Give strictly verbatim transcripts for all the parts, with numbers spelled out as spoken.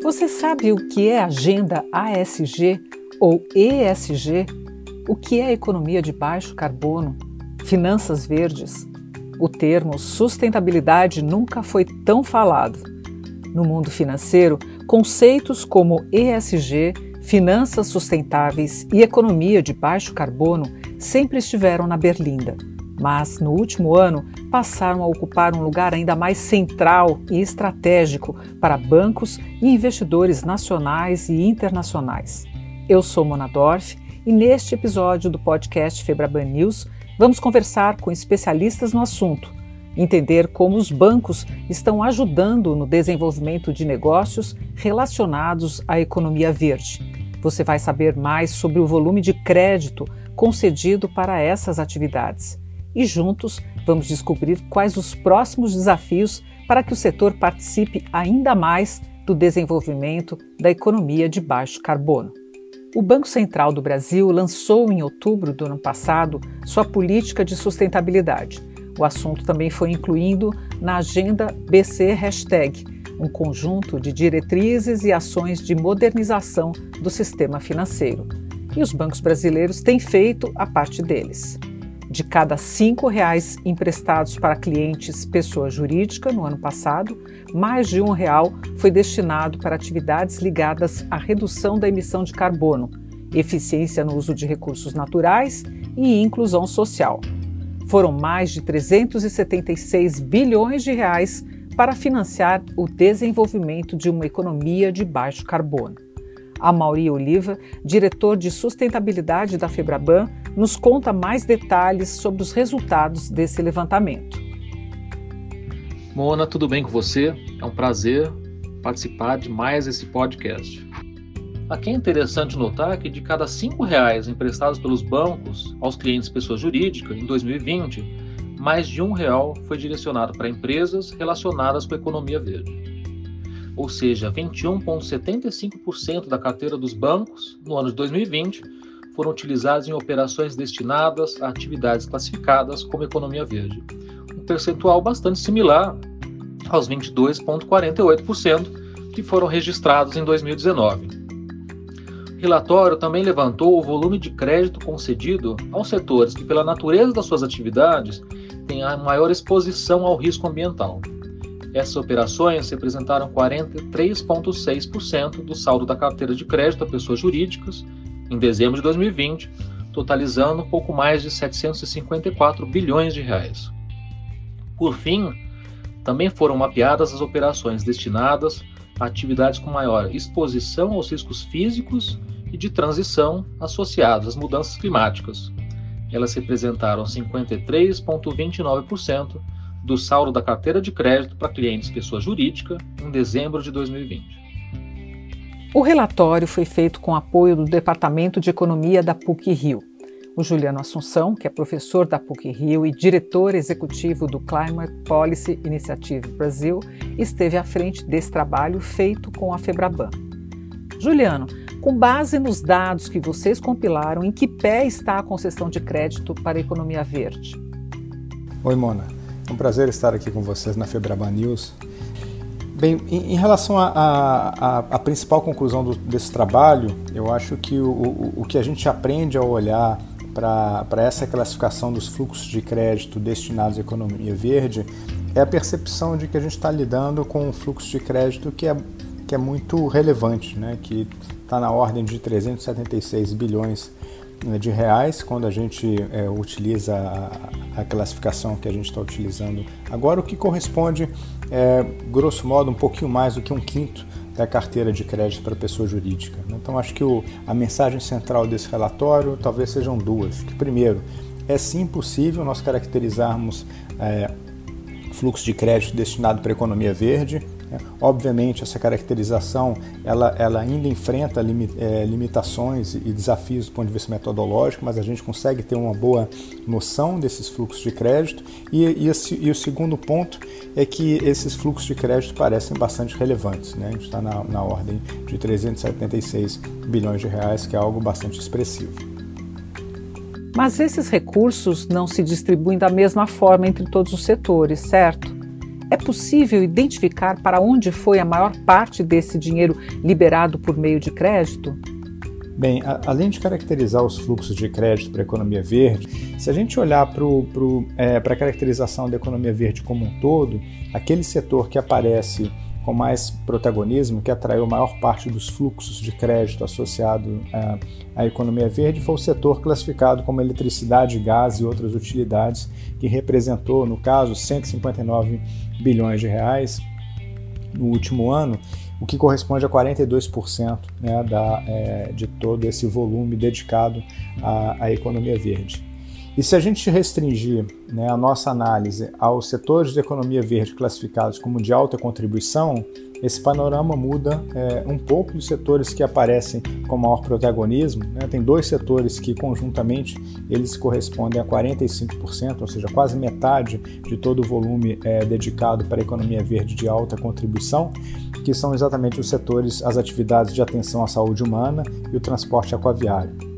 Você sabe o que é Agenda A S G ou E S G? O que é economia de baixo carbono? Finanças verdes? O termo sustentabilidade nunca foi tão falado. No mundo financeiro, conceitos como E S G, finanças sustentáveis e economia de baixo carbono sempre estiveram na berlinda, mas no último ano passaram a ocupar um lugar ainda mais central e estratégico para bancos e investidores nacionais e internacionais. Eu sou Mona Dorf e neste episódio do podcast Febraban News vamos conversar com especialistas no assunto, entender como os bancos estão ajudando no desenvolvimento de negócios relacionados à economia verde. Você vai saber mais sobre o volume de crédito concedido para essas atividades. E juntos vamos descobrir quais os próximos desafios para que o setor participe ainda mais do desenvolvimento da economia de baixo carbono. O Banco Central do Brasil lançou em outubro do ano passado sua política de sustentabilidade. O assunto também foi incluído na Agenda B C Hashtag, um conjunto de diretrizes e ações de modernização do sistema financeiro. E os bancos brasileiros têm feito a parte deles. De cada cinco reais emprestados para clientes pessoa jurídica no ano passado, mais de um real foi destinado para atividades ligadas à redução da emissão de carbono, eficiência no uso de recursos naturais e inclusão social. Foram mais de trezentos e setenta e seis bilhões de reais para financiar o desenvolvimento de uma economia de baixo carbono. Amaury Oliva, diretor de sustentabilidade da Febraban, nos conta mais detalhes sobre os resultados desse levantamento. Mona, tudo bem com você? É um prazer participar de mais esse podcast. Aqui é interessante notar que de cada cinco reais emprestados pelos bancos aos clientes pessoa jurídica em dois mil e vinte, mais de um real foi direcionado para empresas relacionadas com a economia verde. Ou seja, vinte e um vírgula setenta e cinco por cento da carteira dos bancos no ano de dois mil e vinte foram utilizados em operações destinadas a atividades classificadas como economia verde, um percentual bastante similar aos vinte e dois vírgula quarenta e oito por cento que foram registrados em dois mil e dezenove. O relatório também levantou o volume de crédito concedido aos setores que, pela natureza das suas atividades, têm a maior exposição ao risco ambiental. Essas operações representaram quarenta e três vírgula seis por cento do saldo da carteira de crédito a pessoas jurídicas em dezembro de dois mil e vinte, totalizando pouco mais de setecentos e cinquenta e quatro bilhões de reais. Por fim, também foram mapeadas as operações destinadas a atividades com maior exposição aos riscos físicos e de transição associados às mudanças climáticas. Elas representaram cinquenta e três vírgula vinte e nove por cento do saldo da carteira de crédito para clientes pessoa jurídica em dezembro de dois mil e vinte. O relatório foi feito com apoio do Departamento de Economia da PUC-Rio. O Juliano Assunção, que é professor da PUC-Rio e diretor executivo do Climate Policy Initiative Brasil, esteve à frente desse trabalho feito com a Febraban. Juliano, com base nos dados que vocês compilaram, em que pé está a concessão de crédito para a economia verde? Oi, Mona. É um prazer estar aqui com vocês na Febraban News. Bem, em, em relação à principal conclusão do, desse trabalho, eu acho que o, o, o que a gente aprende ao olhar para essa classificação dos fluxos de crédito destinados à economia verde é a percepção de que a gente está lidando com um fluxo de crédito que é, que é muito relevante, né? Que está na ordem de trezentos e setenta e seis bilhões de reais, quando a gente é, utiliza a, a classificação que a gente está utilizando agora, o que corresponde, é, grosso modo, um pouquinho mais do que um quinto da carteira de crédito para pessoa jurídica. Então, acho que o, a mensagem central desse relatório talvez sejam duas. Que, primeiro, é sim possível nós caracterizarmos é, fluxo de crédito destinado para a economia verde. Obviamente, essa caracterização ela, ela ainda enfrenta limi, é, limitações e desafios do ponto de vista metodológico, mas a gente consegue ter uma boa noção desses fluxos de crédito. E, e, esse, e o segundo ponto é que esses fluxos de crédito parecem bastante relevantes, né? A gente está na, na ordem de trezentos e setenta e seis bilhões de reais, que é algo bastante expressivo. Mas esses recursos não se distribuem da mesma forma entre todos os setores, certo? É possível identificar para onde foi a maior parte desse dinheiro liberado por meio de crédito? Bem, a, além de caracterizar os fluxos de crédito para a economia verde, se a gente olhar para é, a caracterização da economia verde como um todo, aquele setor que aparece com mais protagonismo, que atraiu a maior parte dos fluxos de crédito associado à, à economia verde, foi o setor classificado como eletricidade, gás e outras utilidades, que representou, no caso, cento e cinquenta e nove bilhões de reais no último ano, o que corresponde a quarenta e dois por cento, né, da, é, de todo esse volume dedicado à, à economia verde. E se a gente restringir, né, a nossa análise aos setores de economia verde classificados como de alta contribuição, esse panorama muda é, um pouco dos setores que aparecem com maior protagonismo, né? Tem dois setores que conjuntamente eles correspondem a quarenta e cinco por cento, ou seja, quase metade de todo o volume é, dedicado para a economia verde de alta contribuição, que são exatamente os setores, as atividades de atenção à saúde humana e o transporte aquaviário.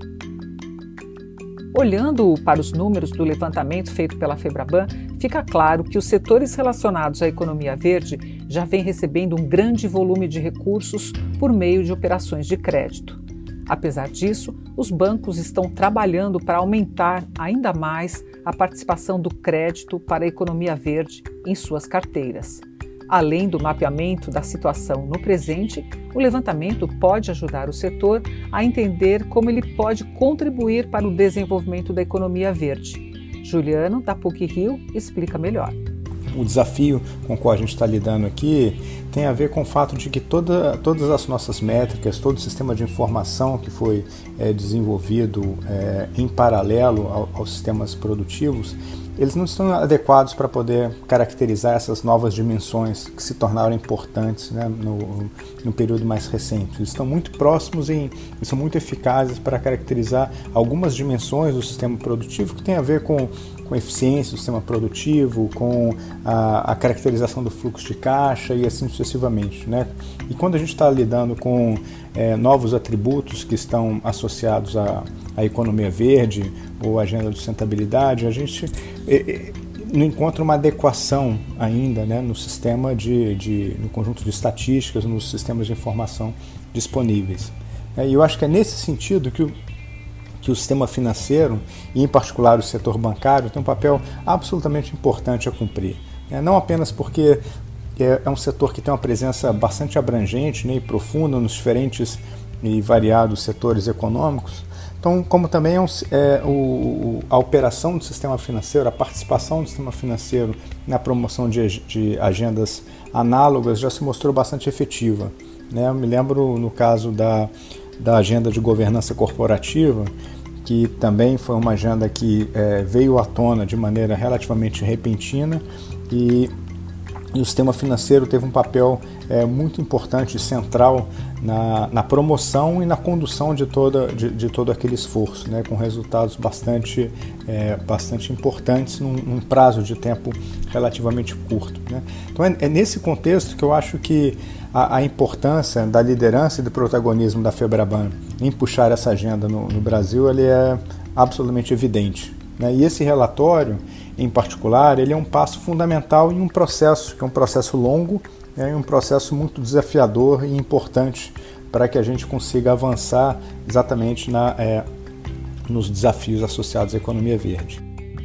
Olhando para os números do levantamento feito pela Febraban, fica claro que os setores relacionados à economia verde já vêm recebendo um grande volume de recursos por meio de operações de crédito. Apesar disso, os bancos estão trabalhando para aumentar ainda mais a participação do crédito para a economia verde em suas carteiras. Além do mapeamento da situação no presente, o levantamento pode ajudar o setor a entender como ele pode contribuir para o desenvolvimento da economia verde. Juliano, da PUC-Rio, explica melhor. O desafio com o qual a gente está lidando aqui tem a ver com o fato de que toda, todas as nossas métricas, todo o sistema de informação que foi é, desenvolvido é, em paralelo ao, aos sistemas produtivos, eles não estão adequados para poder caracterizar essas novas dimensões que se tornaram importantes, né, no, no período mais recente. Eles estão muito próximos e são muito eficazes para caracterizar algumas dimensões do sistema produtivo que tem a ver com, com a eficiência do sistema produtivo, com a, a caracterização do fluxo de caixa e assim sucessivamente, né? E quando a gente está lidando com é, novos atributos que estão associados à, à economia verde ou à agenda de sustentabilidade, a gente é, não encontra uma adequação ainda, né, no sistema de, de, no conjunto de estatísticas, nos sistemas de informação disponíveis. É, e eu acho que é nesse sentido que o que o sistema financeiro, e em particular o setor bancário, tem um papel absolutamente importante a cumprir. Não apenas porque é um setor que tem uma presença bastante abrangente, né, e profunda nos diferentes e variados setores econômicos, então, como também é, um, é o, a operação do sistema financeiro, a participação do sistema financeiro na promoção de, de agendas análogas já se mostrou bastante efetiva, né? Eu me lembro no caso da da agenda de governança corporativa, que também foi uma agenda que é, veio à tona de maneira relativamente repentina e, e o sistema financeiro teve um papel é, muito importante e central na, na promoção e na condução de, toda, de, de todo aquele esforço, né, com resultados bastante, é, bastante importantes num, num prazo de tempo relativamente curto, né? Então é, é nesse contexto que eu acho que a, a importância da liderança e do protagonismo da Febraban em puxar essa agenda no, no Brasil, ele é absolutamente evidente, né? E esse relatório, em particular, ele é um passo fundamental em um processo, que é um processo longo, é um processo muito desafiador e importante para que a gente consiga avançar exatamente na, é, nos desafios associados à economia verde.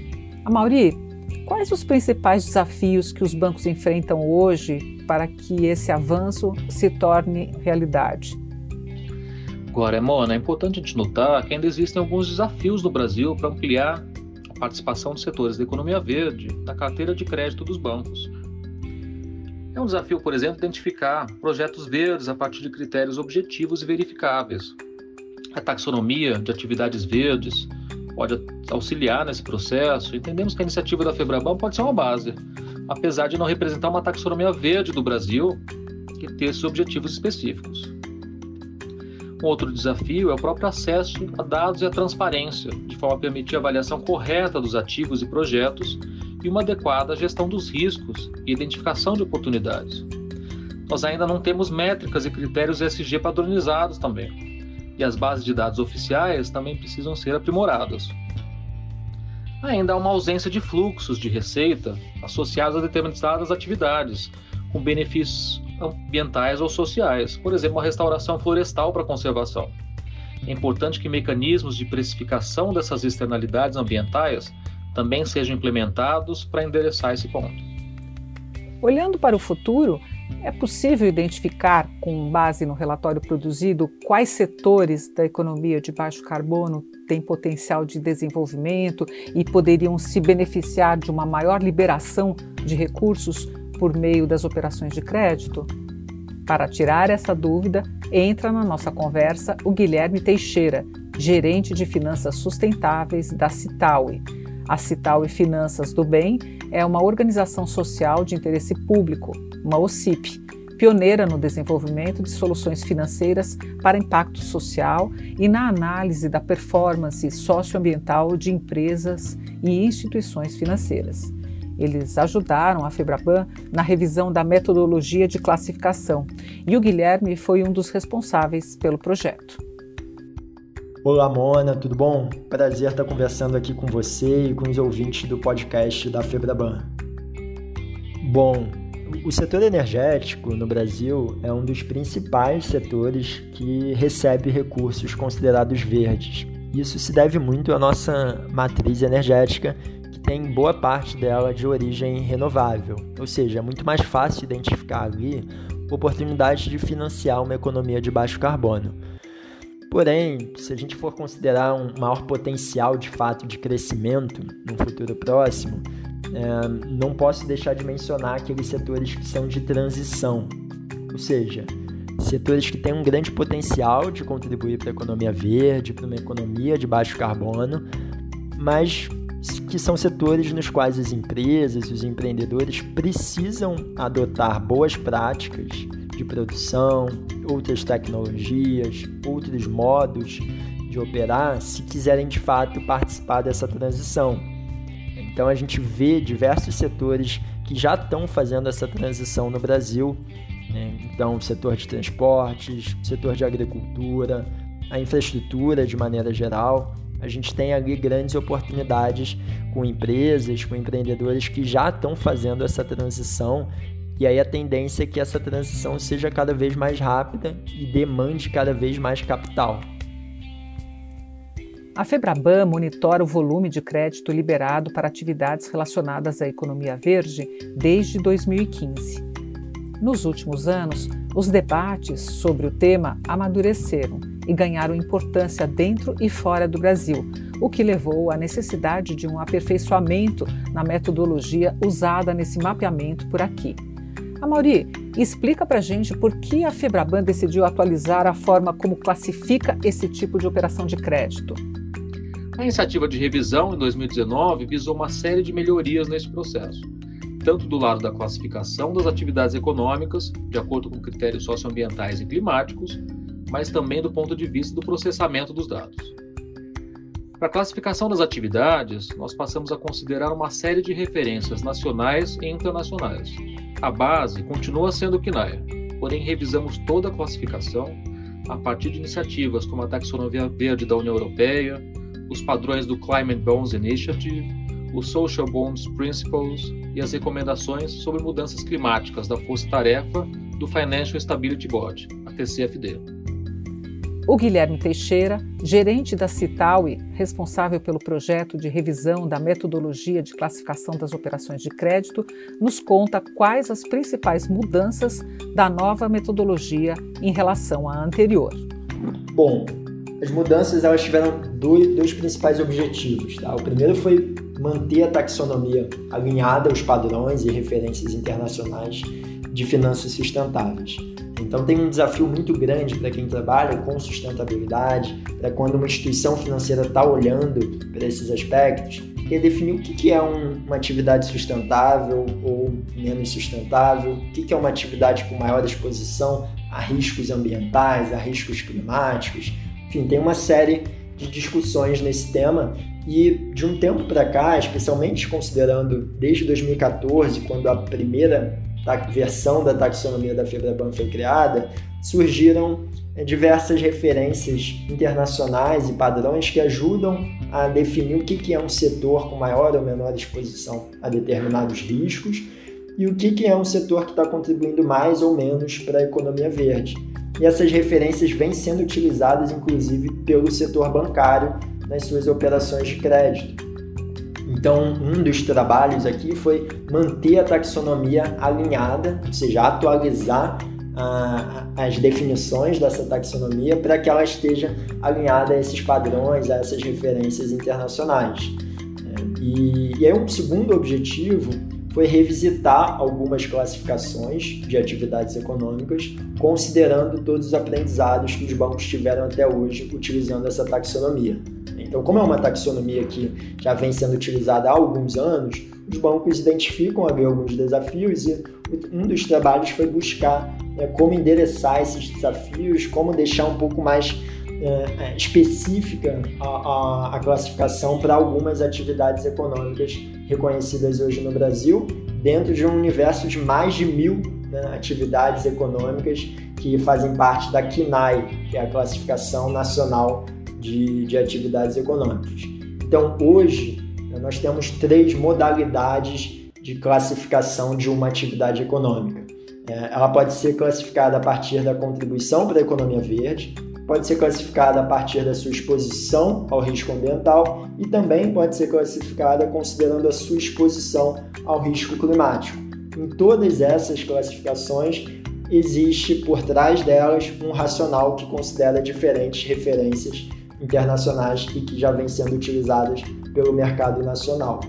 Amaury, quais os principais desafios que os bancos enfrentam hoje para que esse avanço se torne realidade? Agora, Mona, é importante a gente notar que ainda existem alguns desafios no Brasil para ampliar a participação dos setores da economia verde na carteira de crédito dos bancos. É um desafio, por exemplo, identificar projetos verdes a partir de critérios objetivos e verificáveis. A taxonomia de atividades verdes pode auxiliar nesse processo. Entendemos que a iniciativa da Febraban pode ser uma base, apesar de não representar uma taxonomia verde do Brasil e ter esses objetivos específicos. Um outro desafio é o próprio acesso a dados e a transparência, de forma a permitir a avaliação correta dos ativos e projetos e uma adequada gestão dos riscos e identificação de oportunidades. Nós ainda não temos métricas e critérios E S G padronizados também, e as bases de dados oficiais também precisam ser aprimoradas. Ainda há uma ausência de fluxos de receita associados a determinadas atividades, com benefícios ambientais ou sociais, por exemplo, a restauração florestal para conservação. É importante que mecanismos de precificação dessas externalidades ambientais também sejam implementados para endereçar esse ponto. Olhando para o futuro, é possível identificar, com base no relatório produzido, quais setores da economia de baixo carbono têm potencial de desenvolvimento e poderiam se beneficiar de uma maior liberação de recursos por meio das operações de crédito? Para tirar essa dúvida, entra na nossa conversa o Guilherme Teixeira, gerente de finanças sustentáveis da Citaui. A Citaui Finanças do Bem é uma organização social de interesse público, uma O C I P, pioneira no desenvolvimento de soluções financeiras para impacto social e na análise da performance socioambiental de empresas e instituições financeiras. Eles ajudaram a Febraban na revisão da metodologia de classificação e o Guilherme foi um dos responsáveis pelo projeto. Olá, Mona, tudo bom? Prazer estar conversando aqui com você e com os ouvintes do podcast da Febraban. Bom, o setor energético no Brasil é um dos principais setores que recebe recursos considerados verdes. Isso se deve muito à nossa matriz energética, que tem boa parte dela de origem renovável, ou seja, é muito mais fácil identificar ali oportunidades de financiar uma economia de baixo carbono. Porém, se a gente for considerar um maior potencial de fato de crescimento no futuro próximo, é, não posso deixar de mencionar aqueles setores que são de transição, ou seja, setores que têm um grande potencial de contribuir para a economia verde, para uma economia de baixo carbono, mas que são setores nos quais as empresas e os empreendedores precisam adotar boas práticas de produção, outras tecnologias, outros modos de operar, se quiserem de fato participar dessa transição. Então a gente vê diversos setores que já estão fazendo essa transição no Brasil, né? Então o setor de transportes, o setor de agricultura, a infraestrutura de maneira geral. A gente tem ali grandes oportunidades com empresas, com empreendedores que já estão fazendo essa transição. E aí a tendência é que essa transição seja cada vez mais rápida e demande cada vez mais capital. A Febraban monitora o volume de crédito liberado para atividades relacionadas à economia verde desde dois mil e quinze. Nos últimos anos, os debates sobre o tema amadureceram e ganharam importância dentro e fora do Brasil, o que levou à necessidade de um aperfeiçoamento na metodologia usada nesse mapeamento por aqui. Amaury, explica pra gente por que a Febraban decidiu atualizar a forma como classifica esse tipo de operação de crédito. A iniciativa de revisão em dois mil e dezenove visou uma série de melhorias nesse processo, tanto do lado da classificação das atividades econômicas, de acordo com critérios socioambientais e climáticos, mas também do ponto de vista do processamento dos dados. Para a classificação das atividades, nós passamos a considerar uma série de referências nacionais e internacionais. A base continua sendo o C N A E, porém revisamos toda a classificação a partir de iniciativas como a Taxonomia Verde da União Europeia, os padrões do Climate Bonds Initiative, os Social Bonds Principles e as recomendações sobre mudanças climáticas da Força-Tarefa do Financial Stability Board, a T C F D. O Guilherme Teixeira, gerente da Citaui, responsável pelo projeto de revisão da metodologia de classificação das operações de crédito, nos conta quais as principais mudanças da nova metodologia em relação à anterior. Bom, as mudanças elas tiveram dois, dois principais objetivos. Tá? O primeiro foi manter a taxonomia alinhada aos padrões e referências internacionais de finanças sustentáveis. Então tem um desafio muito grande para quem trabalha com sustentabilidade, para quando uma instituição financeira está olhando para esses aspectos, que é definir o que é um, uma atividade sustentável ou menos sustentável, o que é uma atividade com maior exposição a riscos ambientais, a riscos climáticos. Enfim, tem uma série de discussões nesse tema e de um tempo para cá, especialmente considerando desde dois mil e quatorze, quando a primeira versão da taxonomia da FEBRABAN foi criada, surgiram diversas referências internacionais e padrões que ajudam a definir o que é um setor com maior ou menor exposição a determinados riscos e o que é um setor que está contribuindo mais ou menos para a economia verde. E essas referências vêm sendo utilizadas, inclusive, pelo setor bancário nas suas operações de crédito. Então, um dos trabalhos aqui foi manter a taxonomia alinhada, ou seja, atualizar a, as definições dessa taxonomia para que ela esteja alinhada a esses padrões, a essas referências internacionais. E, e aí um segundo objetivo foi revisitar algumas classificações de atividades econômicas, considerando todos os aprendizados que os bancos tiveram até hoje utilizando essa taxonomia. Então, como é uma taxonomia que já vem sendo utilizada há alguns anos, os bancos identificam ali alguns desafios e um dos trabalhos foi buscar né, como endereçar esses desafios, como deixar um pouco mais é, específica a, a, a classificação para algumas atividades econômicas reconhecidas hoje no Brasil, dentro de um universo de mais de mil né, atividades econômicas que fazem parte da C N A E, que é a Classificação Nacional de, de Atividades Econômicas. Então, hoje, nós temos três modalidades de classificação de uma atividade econômica. Ela pode ser classificada a partir da contribuição para a economia verde, pode ser classificada a partir da sua exposição ao risco ambiental e também pode ser classificada considerando a sua exposição ao risco climático. Em todas essas classificações, existe por trás delas um racional que considera diferentes referências internacionais e que já vêm sendo utilizadas pelo mercado nacional.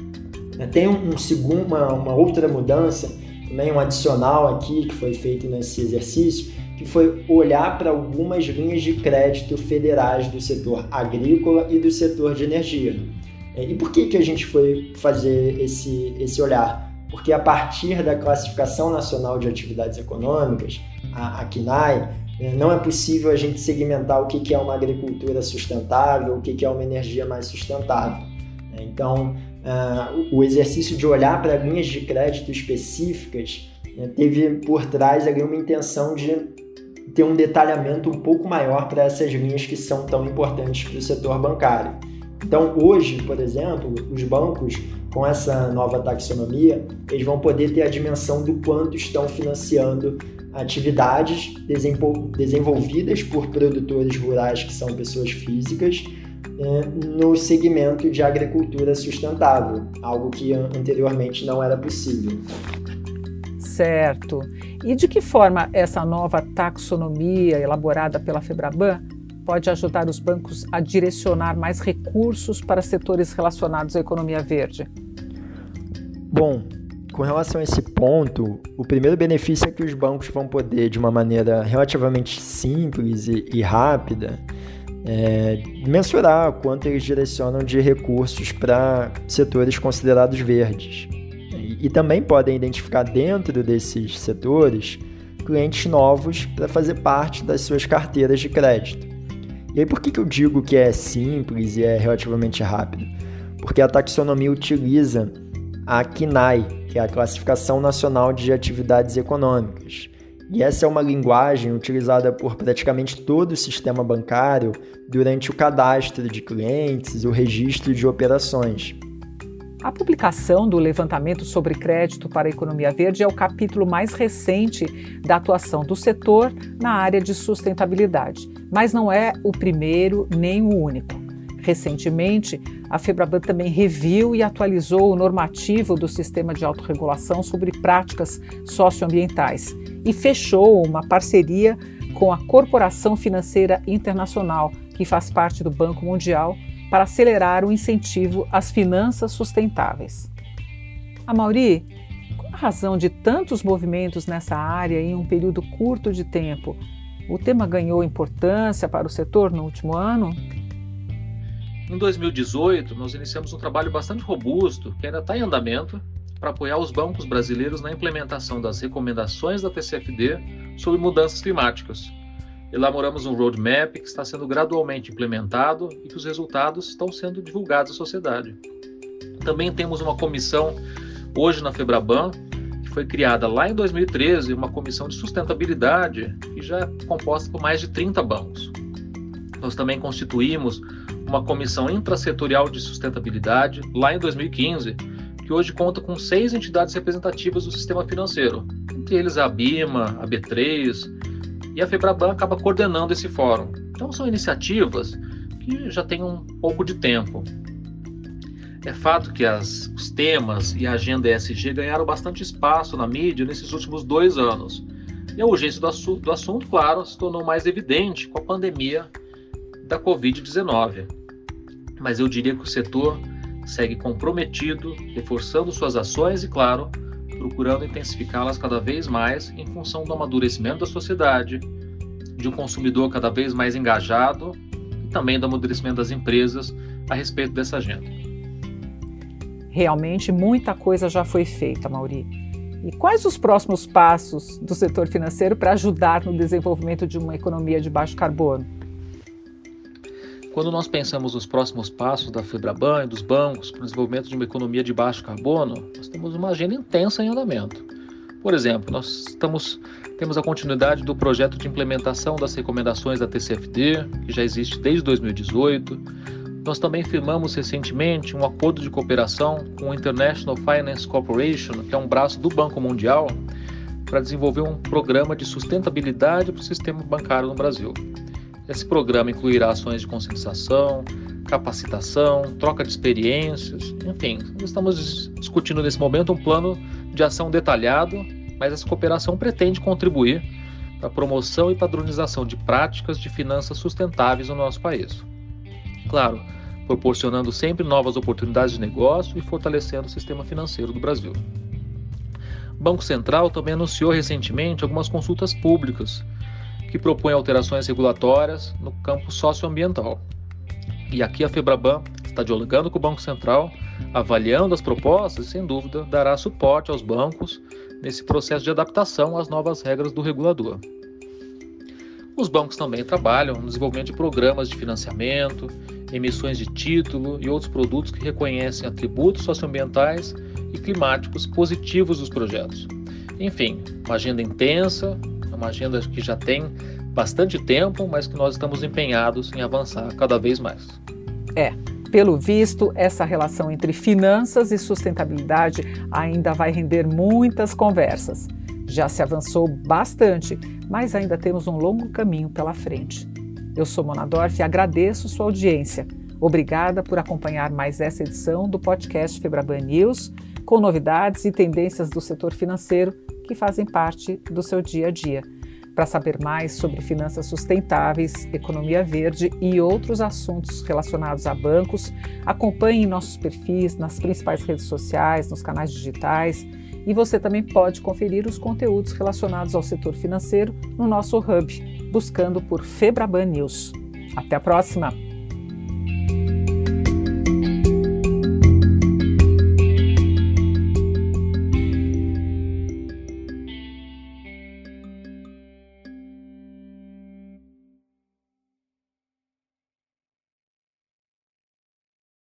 Tem um segundo, uma, uma outra mudança, também um adicional aqui que foi feito nesse exercício, que foi olhar para algumas linhas de crédito federais do setor agrícola e do setor de energia. E por que, que a gente foi fazer esse, esse olhar? Porque a partir da Classificação Nacional de Atividades Econômicas, a, a C N A E, não é possível a gente segmentar o que, que é uma agricultura sustentável, o que, que é uma energia mais sustentável. Então, uh, o exercício de olhar para linhas de crédito específicas né, teve por trás ali uma intenção de ter um detalhamento um pouco maior para essas linhas que são tão importantes para o setor bancário. Então, hoje, por exemplo, os bancos, com essa nova taxonomia, eles vão poder ter a dimensão do quanto estão financiando atividades desenvolvidas por produtores rurais que são pessoas físicas no segmento de agricultura sustentável, algo que anteriormente não era possível. Certo. E de que forma essa nova taxonomia elaborada pela FEBRABAN pode ajudar os bancos a direcionar mais recursos para setores relacionados à economia verde? Bom, com relação a esse ponto, o primeiro benefício é que os bancos vão poder, de uma maneira relativamente simples e, e rápida, É, mensurar quanto eles direcionam de recursos para setores considerados verdes. E, e também podem identificar dentro desses setores clientes novos para fazer parte das suas carteiras de crédito. E aí por que, que eu digo que é simples e é relativamente rápido? Porque a taxonomia utiliza a C N A E, que é a Classificação Nacional de Atividades Econômicas. E essa é uma linguagem utilizada por praticamente todo o sistema bancário durante o cadastro de clientes, o registro de operações. A publicação do levantamento sobre crédito para a economia verde é o capítulo mais recente da atuação do setor na área de sustentabilidade, mas não é o primeiro nem o único. Recentemente, a FEBRABAN também reviu e atualizou o normativo do sistema de autorregulação sobre práticas socioambientais e fechou uma parceria com a Corporação Financeira Internacional, que faz parte do Banco Mundial, para acelerar o incentivo às finanças sustentáveis. Amaury, qual a razão de tantos movimentos nessa área em um período curto de tempo? O tema ganhou importância para o setor no último ano? Em dois mil e dezoito, nós iniciamos um trabalho bastante robusto, que ainda está em andamento, para apoiar os bancos brasileiros na implementação das recomendações da T C F D sobre mudanças climáticas. Elaboramos um roadmap que está sendo gradualmente implementado e que os resultados estão sendo divulgados à sociedade. Também temos uma comissão hoje na FEBRABAN, que foi criada lá em dois mil e treze uma comissão de sustentabilidade que já é composta por mais de trinta bancos. Nós também constituímos uma comissão intrasetorial de sustentabilidade lá em dois mil e quinze, que hoje conta com seis entidades representativas do sistema financeiro, entre eles a ABIMA, a B três, e a FEBRABAN acaba coordenando esse fórum. Então são iniciativas que já têm um pouco de tempo. É fato que as, os temas e a agenda E S G ganharam bastante espaço na mídia nesses últimos dois anos. E a urgência do, assu- do assunto, claro, se tornou mais evidente com a pandemia da covid dezenove. Mas eu diria que o setor segue comprometido, reforçando suas ações e, claro, procurando intensificá-las cada vez mais em função do amadurecimento da sociedade, de um consumidor cada vez mais engajado e também do amadurecimento das empresas a respeito dessa agenda. Realmente muita coisa já foi feita, Mauri. E quais os próximos passos do setor financeiro para ajudar no desenvolvimento de uma economia de baixo carbono? Quando nós pensamos nos próximos passos da FEBRABAN e dos bancos para o desenvolvimento de uma economia de baixo carbono, nós temos uma agenda intensa em andamento. Por exemplo, nós estamos, temos a continuidade do projeto de implementação das recomendações da T C F D, que já existe desde dois mil e dezoito. Nós também firmamos recentemente um acordo de cooperação com o International Finance Corporation, que é um braço do Banco Mundial, para desenvolver um programa de sustentabilidade para o sistema bancário no Brasil. Esse programa incluirá ações de conscientização, capacitação, troca de experiências, enfim, estamos discutindo nesse momento um plano de ação detalhado, mas essa cooperação pretende contribuir para a promoção e padronização de práticas de finanças sustentáveis no nosso país. Claro, proporcionando sempre novas oportunidades de negócio e fortalecendo o sistema financeiro do Brasil. O Banco Central também anunciou recentemente algumas consultas públicas que propõem alterações regulatórias no campo socioambiental. E aqui a FEBRABAN está dialogando com o Banco Central, avaliando as propostas e, sem dúvida, dará suporte aos bancos nesse processo de adaptação às novas regras do regulador. Os bancos também trabalham no desenvolvimento de programas de financiamento, emissões de título e outros produtos que reconhecem atributos socioambientais e climáticos positivos dos projetos. Enfim, uma agenda intensa, uma agenda que já tem bastante tempo, mas que nós estamos empenhados em avançar cada vez mais. É, pelo visto, essa relação entre finanças e sustentabilidade ainda vai render muitas conversas. Já se avançou bastante, mas ainda temos um longo caminho pela frente. Eu sou Mona Dorf e agradeço sua audiência. Obrigada por acompanhar mais essa edição do podcast FEBRABAN News, com novidades e tendências do setor financeiro que fazem parte do seu dia a dia. Para saber mais sobre finanças sustentáveis, economia verde e outros assuntos relacionados a bancos, acompanhe nossos perfis nas principais redes sociais, nos canais digitais, e você também pode conferir os conteúdos relacionados ao setor financeiro no nosso hub, buscando por FEBRABAN News. Até a próxima!